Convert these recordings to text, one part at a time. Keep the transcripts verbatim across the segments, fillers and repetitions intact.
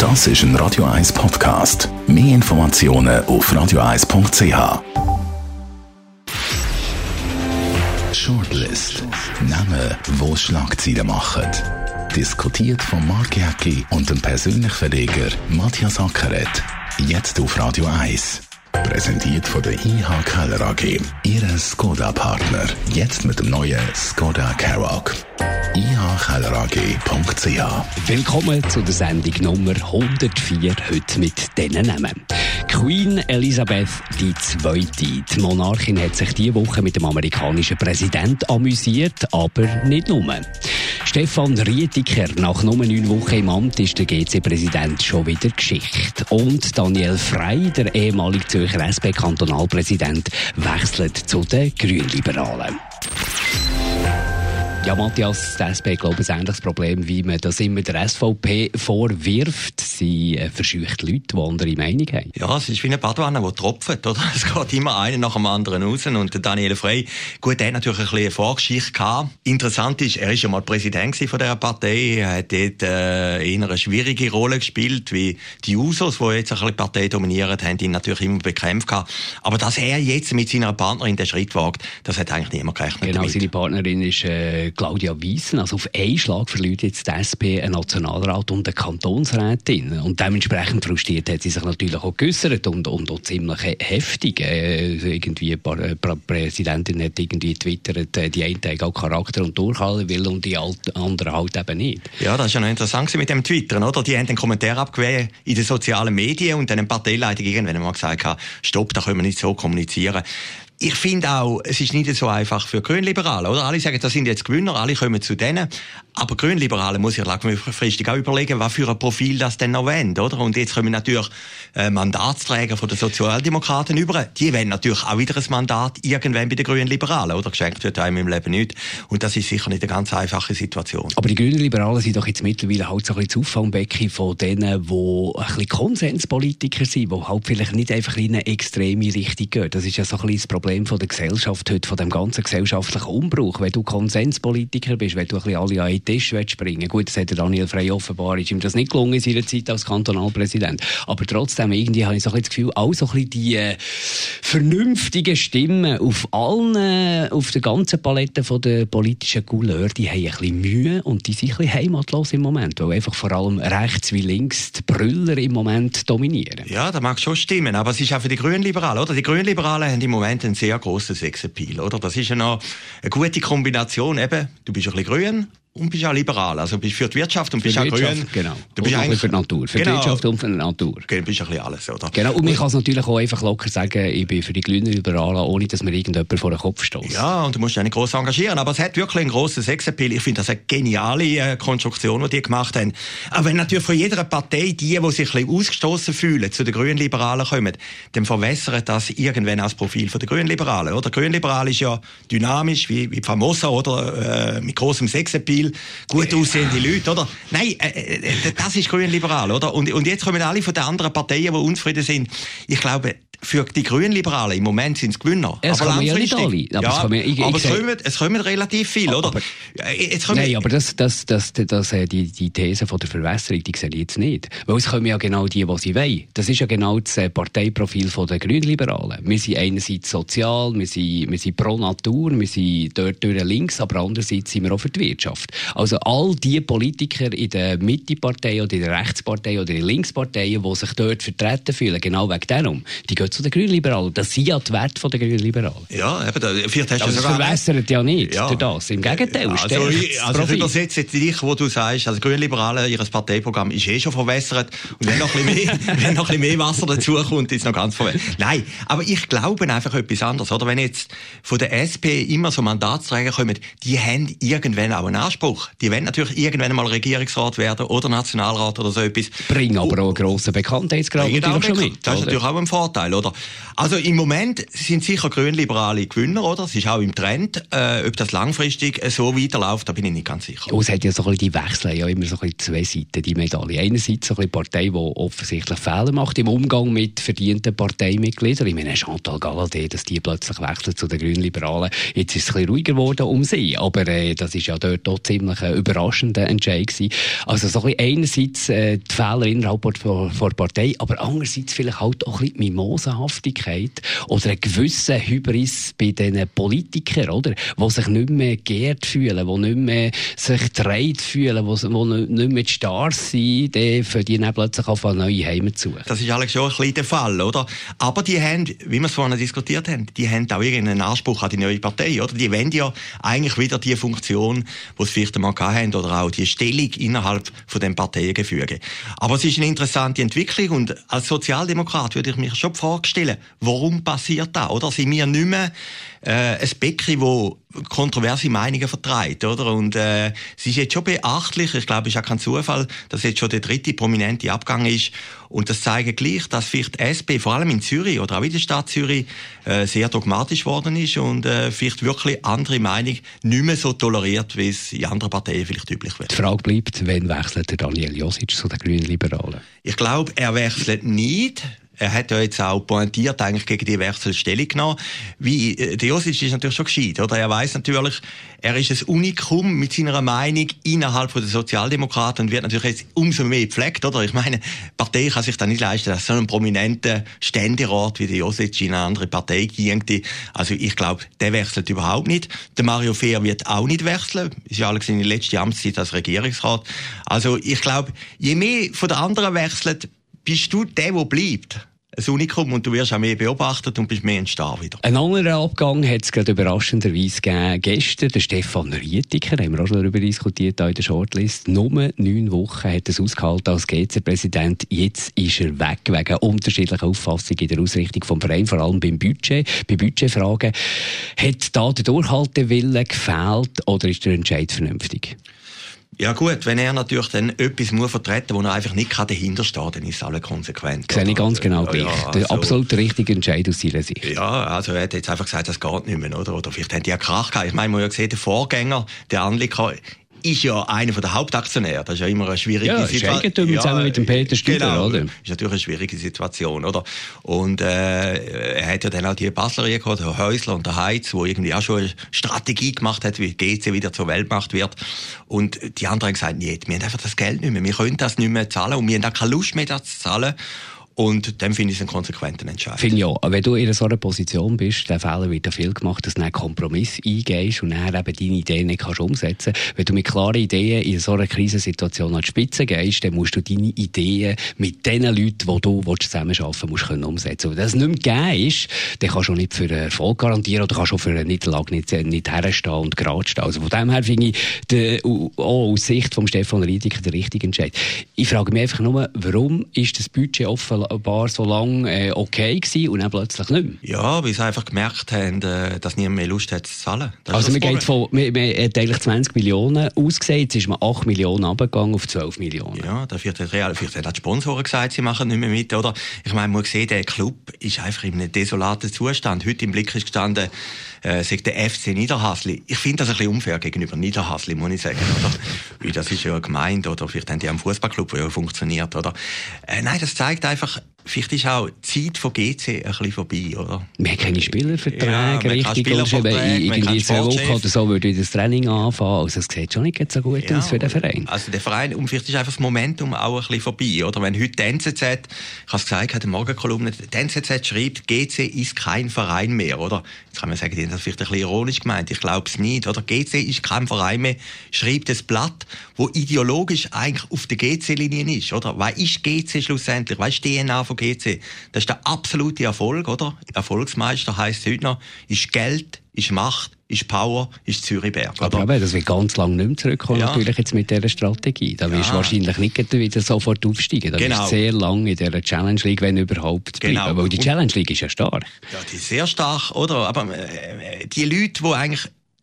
Das ist ein Radio eins Podcast. Mehr Informationen auf radio eins punkt c h. Shortlist. Namen, die Schlagzeilen machen. Diskutiert von Mark Jäcki und dem persönlichen Verleger Matthias Ackeret. Jetzt auf Radio eins. Präsentiert von der I H Keller A G. Ihre Skoda-Partner. Jetzt mit dem neuen Skoda Karoq. i h keller a g punkt c h. Willkommen zu der Sendung Nummer hundertvier, heute mit diesen Namen. Queen Elizabeth die Zweite. Die Monarchin hat sich diese Woche mit dem amerikanischen Präsidenten amüsiert, aber nicht nur. Stefan Rietiker, nach nur neun Wochen im Amt ist der G C-Präsident schon wieder Geschichte. Und Daniel Frey, der ehemalige Zürcher S P-Kantonalpräsident, wechselt zu den Grünliberalen. Ja, Matthias, die S P hat, glaube ich, ein ähnliches Problem, wie man das immer der S V P vorwirft. Sie äh, verscheucht Leute, die andere Meinung haben. Ja, es ist wie eine Badwanne, die tropft, oder? Es geht immer einer nach dem anderen raus. Und der Daniel Frey, gut, der hat natürlich ein bisschen eine Vorgeschichte gehabt. Interessant ist, er war ja mal Präsident von dieser Partei. Er hat dort äh, eher eine schwierige Rolle gespielt, wie die U S Os, die jetzt ein bisschen die Partei dominieren, haben ihn natürlich immer bekämpft gehabt. Aber dass er jetzt mit seiner Partnerin den Schritt wagt, das hat eigentlich niemand gerechnet. Genau, damit. Seine Partnerin ist äh, Claudia Wyssen. Also auf einen Schlag verliert jetzt die S P einen Nationalrat und eine Kantonsrätin. Und dementsprechend frustriert hat sie sich natürlich auch geäussert und, und auch ziemlich heftig. Äh, irgendwie die Präsidentin hat irgendwie twittert, äh, die einen haben auch Charakter und Durchhalten will und die anderen halt eben nicht. Ja, das ist ja noch interessant mit dem Twittern, oder? Die haben einen Kommentar abgegeben in den sozialen Medien und dann eine Parteileitung irgendwann mal gesagt hat, stopp, da können wir nicht so kommunizieren. Ich finde auch, es ist nicht so einfach für Grünliberale, oder? Alle sagen, das sind jetzt Gewinner, alle kommen zu denen. Aber Grünliberale muss ich langfristig auch überlegen, was für ein Profil das denn noch wollen, oder? Und jetzt kommen natürlich äh, Mandatsträger von den Sozialdemokraten über. Die wollen natürlich auch wieder ein Mandat irgendwann bei den Grünliberalen, oder? Geschenkt wird einem im Leben nicht. Und das ist sicher nicht eine ganz einfache Situation. Aber die Grünliberalen sind doch jetzt mittlerweile halt so ein bisschen das Auffangbecken von denen, die ein bisschen Konsenspolitiker sind, die halt vielleicht nicht einfach in eine extreme Richtung gehen. Das ist ja so ein bisschen das Problem von der Gesellschaft heute, von dem ganzen gesellschaftlichen Umbruch. Wenn du Konsenspolitiker bist, wenn du ein bisschen alle an den Tisch springen willst. Gut, das hat Daniel Frey offenbar, ist ihm das nicht gelungen in seiner Zeit als Kantonalpräsident. Aber trotzdem, irgendwie habe ich so ein bisschen das Gefühl, auch so ein bisschen die äh, vernünftigen Stimmen auf allen, äh, auf der ganzen Palette von der politischen Couleur, die haben ein bisschen Mühe und die sind ein bisschen heimatlos im Moment, weil einfach vor allem rechts wie links die Brüller im Moment dominieren. Ja, das mag schon stimmen, aber es ist auch für die Grünliberalen, oder? Die Grünliberalen haben im Moment einen sehr grossen Sexappeal, oder? Das ist ja noch eine gute Kombination, eben, du bist ein bisschen grün und bist auch liberal, also bist für die Wirtschaft und bist auch grün. Genau. Du bist eigentlich für die Natur, für genau. die Wirtschaft und für die Natur. Genau, bist ein bisschen alles, oder? Genau, und man kann es natürlich auch einfach locker sagen, ich bin für die grünen Liberalen, ohne dass mir irgendjemand vor den Kopf stößt. Ja, und du musst dich nicht gross engagieren, aber es hat wirklich einen grossen Sexappeal. Ich finde das eine geniale äh, Konstruktion, die die gemacht haben. Aber wenn natürlich von jeder Partei die, die sich ein bisschen ausgestoßen fühlen, zu den Grünliberalen kommen, dann verwässert das irgendwann auch das Profil der Grünliberalen, oder? Grünliberal ist ja dynamisch, wie, wie Famosa, oder? Äh, mit grossem Sexappeal, gut aussehende Leute, oder? Nein, äh, äh, das ist grünliberal, oder? Und, und jetzt kommen alle von den anderen Parteien, die unzufrieden sind. Ich glaube, für die Grünliberalen im Moment sind es Gewinner. Es aber kommen ja nicht alle. Aber, ja, es kommen, ich, aber ich es, sag, kommen, es kommen relativ viele, oder? Aber, jetzt kommen, nein, aber das, das, das, das, das, die, die These von der Verwässerung, die sehe ich jetzt nicht. Weil es kommen ja genau die, die sie wollen. Das ist ja genau das Parteiprofil der Grünliberalen. Wir sind einerseits sozial, wir sind, wir sind pro Natur, wir sind dort durch links, aber andererseits sind wir auch für die Wirtschaft. Also all die Politiker in der Mittepartei oder in der Rechtspartei oder in der Linkspartei, die sich dort vertreten fühlen, genau wegen darum, die gehen zu den Grünliberalen. Das sind ja die Werte der Grünliberalen. Ja, eben, da, vielleicht hast du das verwässert ja nicht ja. durch das. Im Gegenteil. Ja, also ich, also ich übersetze jetzt dich, wo du sagst, also Grünliberale, ihr Parteiprogramm ist eh schon verwässert und wenn noch ein bisschen mehr, wenn noch ein bisschen mehr Wasser dazukommt, ist es noch ganz verwässert. Nein, aber ich glaube einfach etwas anderes, oder? Wenn jetzt von der S P immer so Mandatsträger kommen, die haben irgendwann auch einen Anspruch. Die wollen natürlich irgendwann mal Regierungsrat werden oder Nationalrat oder so etwas. Bringen aber auch einen grossen Bekanntheitsgrad natürlich schon mit. Das ist oder? natürlich auch ein Vorteil, oder? oder? Also im Moment sind sicher grünliberale Gewinner, oder? Es ist auch im Trend. Äh, ob das langfristig so weiterläuft, da bin ich nicht ganz sicher. Oh, es hat ja so ein bisschen, die wechseln ja immer so ein bisschen zwei Seiten, die Medaille. Einerseits so ein bisschen die Partei, die offensichtlich Fehler macht im Umgang mit verdienten Parteimitgliedern. Ich meine, Chantal Galladay, dass die plötzlich wechselt zu den Grünliberalen. Jetzt ist es ein bisschen ruhiger geworden um sie, aber äh, das ist ja dort auch ziemlich ein überraschender Entscheid gewesen. Also so ein bisschen einerseits äh, die Fehler innerhalb der Partei, aber andererseits vielleicht halt auch ein bisschen Mimosenhaftigkeit oder eine gewisse Hybris bei den Politikern, oder? Die sich nicht mehr geehrt fühlen, die nicht mehr sich getragen fühlen, die nicht mehr die Stars sind, die für die dann plötzlich auf eine neue Heimat suchen. Das ist eigentlich schon ein bisschen der Fall, oder? Aber die haben, wie wir es vorhin diskutiert haben, die haben auch irgendeinen Anspruch an die neue Partei, oder? Die wollen ja eigentlich wieder die Funktion, die sie vielleicht einmal hatten, oder auch die Stellung innerhalb von dem Parteiengefüge. Aber es ist eine interessante Entwicklung und als Sozialdemokrat würde ich mich schon die Frage stellen, warum passiert das, oder? Sind wir nicht mehr äh, ein Bäckchen, das kontroverse Meinungen vertreibt, oder? Und äh, es ist jetzt schon beachtlich, ich glaube, es ist auch kein Zufall, dass jetzt schon der dritte prominente Abgang ist. Und das zeigt gleich, dass vielleicht die S P, vor allem in Zürich oder auch in der Stadt Zürich, äh, sehr dogmatisch geworden ist und äh, vielleicht wirklich andere Meinung nicht mehr so toleriert, wie es in anderen Parteien vielleicht üblich wäre. Die Frage bleibt, wann wechselt der Daniel Josic zu den Grünliberalen? Ich glaube, er wechselt nicht. Er hat ja jetzt auch pointiert eigentlich gegen die Wechselstellung genommen. Wie, der Josic ist natürlich schon gescheit, oder? Er weiss natürlich, er ist ein Unikum mit seiner Meinung innerhalb der Sozialdemokraten und wird natürlich jetzt umso mehr gepflegt, oder? Ich meine, die Partei kann sich da nicht leisten, dass so ein prominenter Ständerat wie der Josic in eine andere Partei ging. Also ich glaube, der wechselt überhaupt nicht. Der Mario Fehr wird auch nicht wechseln. Ist ja alles seine letzte Amtszeit als Regierungsrat. Also ich glaube, je mehr von den anderen wechselt, bist du der, der bleibt. Ein Unikum und du wirst auch mehr beobachtet und bist mehr ein Star wieder. Ein anderer Abgang hat es gerade überraschenderweise gegeben. Gestern, der Stefan Rüettiger, haben wir auch schon darüber diskutiert in der Shortlist. Nur neun Wochen hat er es ausgehalten als G C-Präsident. Jetzt ist er weg, wegen unterschiedlicher Auffassungen in der Ausrichtung vom Verein, vor allem beim Budget, bei Budgetfragen. Hat da der Durchhaltewille gefehlt oder ist der Entscheid vernünftig? Ja gut, wenn er natürlich dann etwas muss vertreten, wo er einfach nicht dahinter stehen kann, dann ist es alle konsequent. Sehe ich ganz genau gleich. Ja, der also, absolut richtige Entscheid aus seiner Sicht. Ja, also er hat jetzt einfach gesagt, das geht nicht mehr, oder? Oder vielleicht haben die ja Krach gehabt. Ich meine, man hat ja gesehen, der Vorgänger, der Anliker, ist ja einer der Hauptaktionäre. Das ist ja immer eine schwierige ja, Situation. Ja, zusammen mit dem Peter Studer, genau, oder? Ist natürlich eine schwierige Situation, oder? Und äh, er hat ja dann auch die Baslerie gehabt, der Häusler und der Heitz, wo irgendwie auch schon eine Strategie gemacht hat, wie G C wieder zur Weltmacht wird. Und die anderen haben gesagt, nee, wir haben einfach das Geld nicht mehr, wir können das nicht mehr zahlen und wir haben auch keine Lust mehr, das zu zahlen. Und dann finde ich es einen konsequenten Entscheid. Finde ich auch. Wenn du in so einer Position bist, der Fehler wird ja viel gemacht, dass du einen Kompromiss eingehst und dann eben deine Ideen nicht kannst umsetzen kannst. Wenn du mit klaren Ideen in so einer Krisensituation an die Spitze gehst, dann musst du deine Ideen mit den Leuten, die du zusammenarbeiten musst, können umsetzen. Wenn das nicht mehr gegeben ist, dann kannst du auch nicht für einen Erfolg garantieren oder kannst auch für eine Niederlage nicht, nicht herstehen und gerade stehen. Also von dem her finde ich de, auch aus Sicht von Stefan Rüettiger der richtige Entscheid. Ich frage mich einfach nur, warum ist das Budget offen Bar so lange äh, okay gewesen und dann plötzlich nicht mehr? Ja, weil sie einfach gemerkt haben, äh, dass niemand mehr Lust hat zu zahlen. Das also man geht von, man, man hat eigentlich zwanzig Millionen ausgesehen, jetzt ist man acht Millionen runtergegangen auf zwölf Millionen. Ja, da wird real, vielleicht haben die Sponsoren gesagt, sie machen nicht mehr mit, oder? Ich meine, man muss sehen, der Club ist einfach in einem desolaten Zustand. Heute im Blick ist gestanden, äh, sagt der F C Niederhasli. Ich finde das ein bisschen unfair gegenüber Niederhasli, muss ich sagen, oder? Weil das ist ja gemeint, oder vielleicht haben die einen Fußballclub, der ja funktioniert, oder? Äh, nein, das zeigt einfach, vielleicht ist auch die Zeit von G C ein bisschen vorbei, oder? Wir haben keine Spielerverträge, ja, richtig. Spielerverträge, irgendwie zwei Wochen oder so würde das Training anfangen. Also es sieht schon nicht so gut ja, aus für den Verein. Also der Verein, und vielleicht ist einfach das Momentum auch ein bisschen vorbei, oder? Wenn heute die N Z Z, ich habe es gesagt, die Morgenkolumne, die N Z Z schreibt, G C ist kein Verein mehr, oder? Jetzt kann man sagen, die haben das vielleicht ein bisschen ironisch gemeint. Ich glaube es nicht, oder? G C ist kein Verein mehr, schreibt das Blatt, wo ideologisch eigentlich auf der G C-Linie ist, oder? Was ist G C schlussendlich? Was ist die D N A von G C? Das ist der absolute Erfolg, oder? Erfolgsmeister heisst heute noch, ist Geld, ist Macht, ist Power, ist Zürichberg. Aber eben, das wird ganz lange nicht mehr zurückkommen, ja. Natürlich jetzt mit dieser Strategie. Da wirst du ja. wahrscheinlich nicht wieder sofort aufsteigen. Da genau. wirst du sehr lange in dieser Challenge League, wenn überhaupt, genau. bleiben. Weil die Challenge League ist ja stark. Ja, die ist sehr stark, oder? Aber äh, die Leute, die eigentlich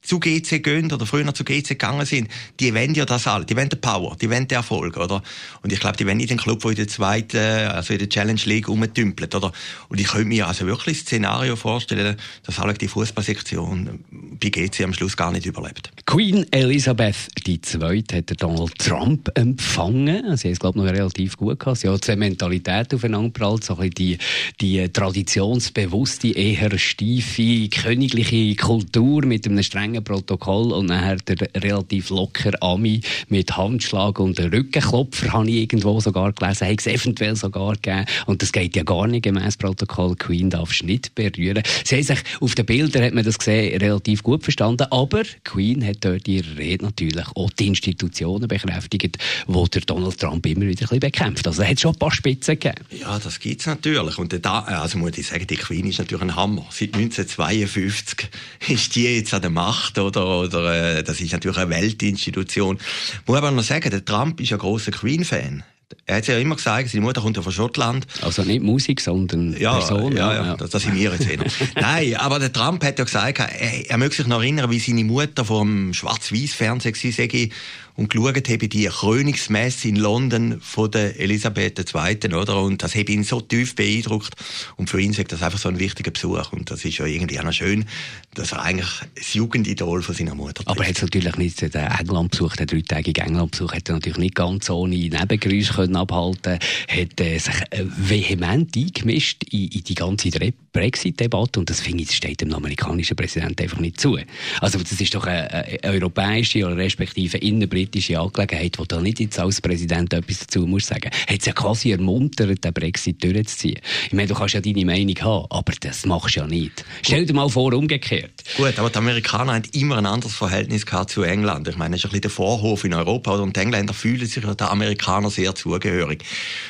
zu G C gehen oder früher zu G C gegangen sind, die wollen ja das alles. Die wollen den Power, die wollen den Erfolg, oder? Und ich glaube, die wollen nicht den Club, der in der zweiten, also in der Challenge League rumtümpelt, oder? Und ich könnte mir also wirklich ein Szenario vorstellen, dass alle die Fußballsektion bei G C am Schluss gar nicht überlebt. Queen Elizabeth die Zweite hat Donald Trump empfangen. Sie haben es, glaube ich, noch relativ gut gehabt. Sie haben zwei Mentalitäten aufeinandergeprallt. So ein bisschen die, die traditionsbewusste, eher steife, königliche Kultur mit einem strengen Protokoll und nachher der relativ locker Ami mit Handschlag und Rückenklopfer, habe ich irgendwo sogar gelesen, hat es eventuell sogar gegeben. Und das geht ja gar nicht gemäss Protokoll. Queen darfst du nicht berühren. Sie haben sich, auf den Bildern hat man das gesehen, relativ gut verstanden, aber Queen hat dort ihre Rede natürlich auch die Institutionen bekräftigt, die der Donald Trump immer wieder ein bisschen bekämpft. Also, es hat schon ein paar Spitzen gegeben. Ja, das gibt es natürlich. Und da, also muss ich sagen, die Queen ist natürlich ein Hammer. Seit neunzehnhundertzweiundfünfzig ist die jetzt an der Macht, oder? oder äh, das ist natürlich eine Weltinstitution. Ich muss aber noch sagen, der Trump ist ein grosser Queen-Fan. Er hat ja immer gesagt, seine Mutter kommt ja von Schottland. Also nicht Musik, sondern ja, Person. Ja, ja, ja. Das, das sind wir jetzt wieder. Nein, aber der Trump hat ja gesagt, er, er möchte sich noch erinnern, wie seine Mutter vom Schwarz-Weiß-Fernsehen war und geschaut habe, die Krönungsmesse in London von der Elisabeth der Zweiten, oder? Und das hat ihn so tief beeindruckt. Und für ihn sagt das einfach so ein wichtiger Besuch. Und das ist ja irgendwie auch noch schön, dass er eigentlich das Jugendidol von seiner Mutter trifft. Aber er hat natürlich nicht den England-Besuch, den dreitägigen England-Besuch, hat er natürlich nicht ganz ohne Nebengeräusche können abhalten, hat äh, sich äh, vehement eingemischt in, in die ganze Brexit-Debatte. Und das finde ich, das steht dem amerikanischen Präsidenten einfach nicht zu. Also das ist doch eine, eine europäische oder respektive innenbritische Angelegenheit, wo du nicht jetzt als Präsident etwas dazu musst sagen. Hat es ja quasi ermuntert, den Brexit durchzuziehen. Ich meine, du kannst ja deine Meinung haben, aber das machst du ja nicht. Stell dir mal vor, umgekehrt. Gut, aber die Amerikaner haben immer ein anderes Verhältnis gehabt zu England. Ich meine, das ist ein bisschen der Vorhof in Europa, und die Engländer fühlen sich den Amerikanern sehr zugehörig.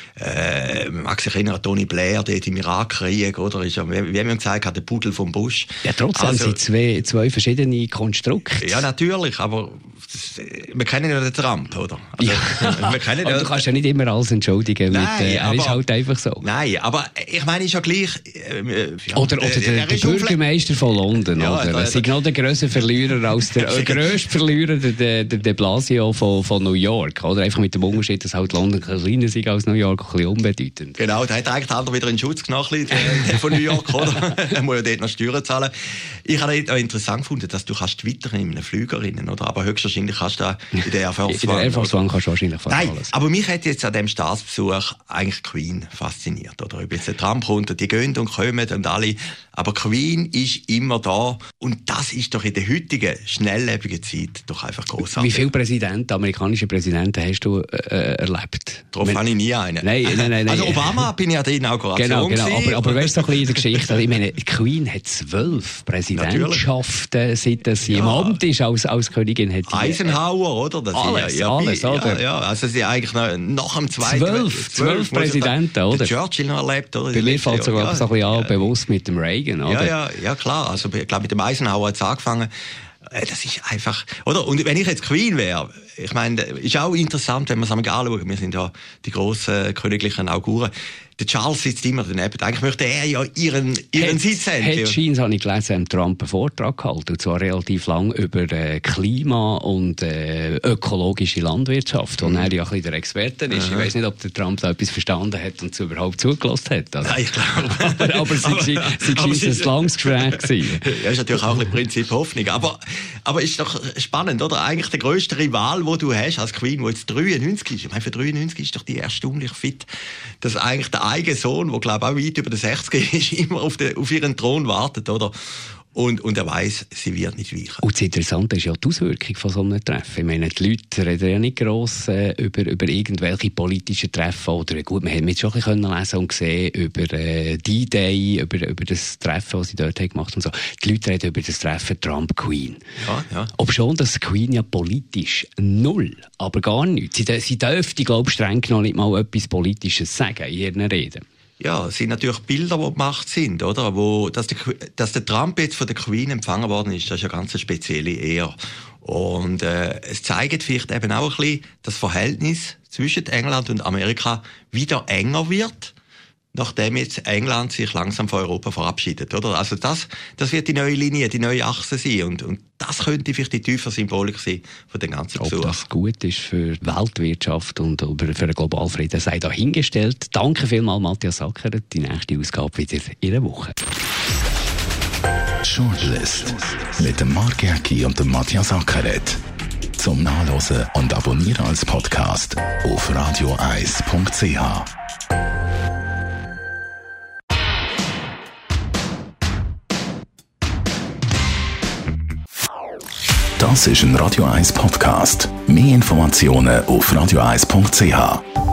Äh, man mag sich erinnern an Tony Blair, der im Irakkrieg, oder? Ist ja, wie haben wir gesagt, hat der Pudel vom Bush. Ja, trotzdem also, sind zwei, zwei verschiedene Konstrukte. Ja, natürlich, aber das, wir kennen ja den Trump, oder? Also, ja. wir kennen aber ja, du kannst ja nicht immer alles entschuldigen. Nein, mit, äh, er aber, ist halt einfach so. Nein, aber ich meine, ist ja gleich... Äh, ja, oder oder äh, der, der Bürgermeister von London, ja, oder? Er ist noch der grösste Verlierer als der äh, grösste Verlierer, der, der, der de Blasio von, von New York, oder? Einfach mit dem Unterschied, dass halt London kleiner ist als New York, ein bisschen unbedeutend. Genau, da hat eigentlich der andere wieder in Schutz genommen, der von New York, oder? Er muss ja dort noch Steuern zahlen. Ich habe es interessant gefunden, dass du kannst twittern in einem Flüger rein, oder? Aber höchstwahrscheinlich kannst du da in der Air Force One. In der Air Force One kannst du wahrscheinlich fast Nein, alles. Aber mich hat jetzt an diesem Staatsbesuch eigentlich Queen fasziniert, oder? Ob jetzt der Trump kommt und die gehen und kommen und alle. Aber Queen ist immer da. Und das ist doch in der heutigen, schnelllebigen Zeit doch einfach grossartig. Wie viele Präsidenten, amerikanische Präsidenten hast du äh, erlebt? Darauf habe ich nie einen. Nein, nein, nein. Also Obama bin ich an der Inauguration. Genau, genau. Aber, aber weißt du, so ein bisschen in der Geschichte, ich meine, Queen hat zwölf Präsidentschaften, seit sie ja. im Amt ist als, als Königin. Hat die, Eisenhower, oder? Das alles, ja, alles, ja, oder? Ja, also sie eigentlich noch, nach dem Zweiten... Zwölf, zwölf Präsidenten, oder? Churchill noch erlebt, oder? Bei mir fällt es sogar ja, so ein bisschen ja. an, bewusst mit dem Reagan, oder? Ja, ja, ja, klar. Also ich glaube, mit dem Eisenhower hat es angefangen. Das ist einfach, oder? Und wenn ich jetzt Queen wäre, ich meine, ist auch interessant, wenn wir es einmal anschauen. Wir sind ja die grossen königlichen Auguren. Der Charles sitzt immer daneben. Eigentlich möchte er ja ihren, ihren hat, Sitz haben. Hat Scheins, habe ich gelesen, Trump einen Vortrag gehalten, und zwar relativ lang über äh, Klima und äh, ökologische Landwirtschaft, wo mhm. er ja ein bisschen der Experte ist. Mhm. Ich weiss nicht, ob der Trump da etwas verstanden hat und es überhaupt zugelassen hat. Also. Nein, ich glaube. aber aber es war ein langes Gespräch gewesen. Ja, ist natürlich auch ein Prinzip Hoffnung. Aber, aber ist doch spannend, oder? Eigentlich der grösste Rival, den du hast als Queen, der jetzt dreiundneunzig ist. Ich meine, für dreiundneunzig ist doch die erstaunlich fit, dass eigentlich der eigene Sohn, der glaube auch weit über den sechzig ist, immer auf, den, auf ihren Thron wartet, oder? Und, und er weiss, sie wird nicht weichen. Und das Interessante ist ja die Auswirkung von so einem Treffen. Ich meine, die Leute reden ja nicht gross äh, über, über irgendwelche politischen Treffen. Oder gut, wir haben jetzt schon ein bisschen lesen und gesehen über äh, D-Day, über, über das Treffen, das sie dort haben gemacht und so. Die Leute reden über das Treffen Trump-Queen. Ja, ja. Ob schon das Queen ja politisch null, aber gar nichts. Sie, sie dürfte, glaube ich, streng genommen nicht mal etwas Politisches sagen in ihren Reden. Ja, es sind natürlich Bilder, die gemacht sind, oder? Wo, dass, der, dass der Trump jetzt von der Queen empfangen worden ist, das ist eine ganz spezielle Ehre. Und äh, es zeigt vielleicht eben auch ein bisschen, dass das Verhältnis zwischen England und Amerika wieder enger wird. nachdem jetzt England sich langsam von Europa verabschiedet, oder? Also das, das wird die neue Linie, die neue Achse sein und, und das könnte vielleicht die tiefe Symbolik sein von den ganzen Besuch. Ob das gut ist für die Weltwirtschaft und für den globalen Frieden, sei dahingestellt. Danke vielmals, Matthias Sackeret. Die nächste Ausgabe wieder in einer Woche. Shortlist mit dem Mark Jäcki und dem Matthias Sackeret. Zum Nachlesen und Abonnieren als Podcast auf radio eis punkt c h. Das ist ein Radio eins Podcast. Mehr Informationen auf radio eis punkt c h.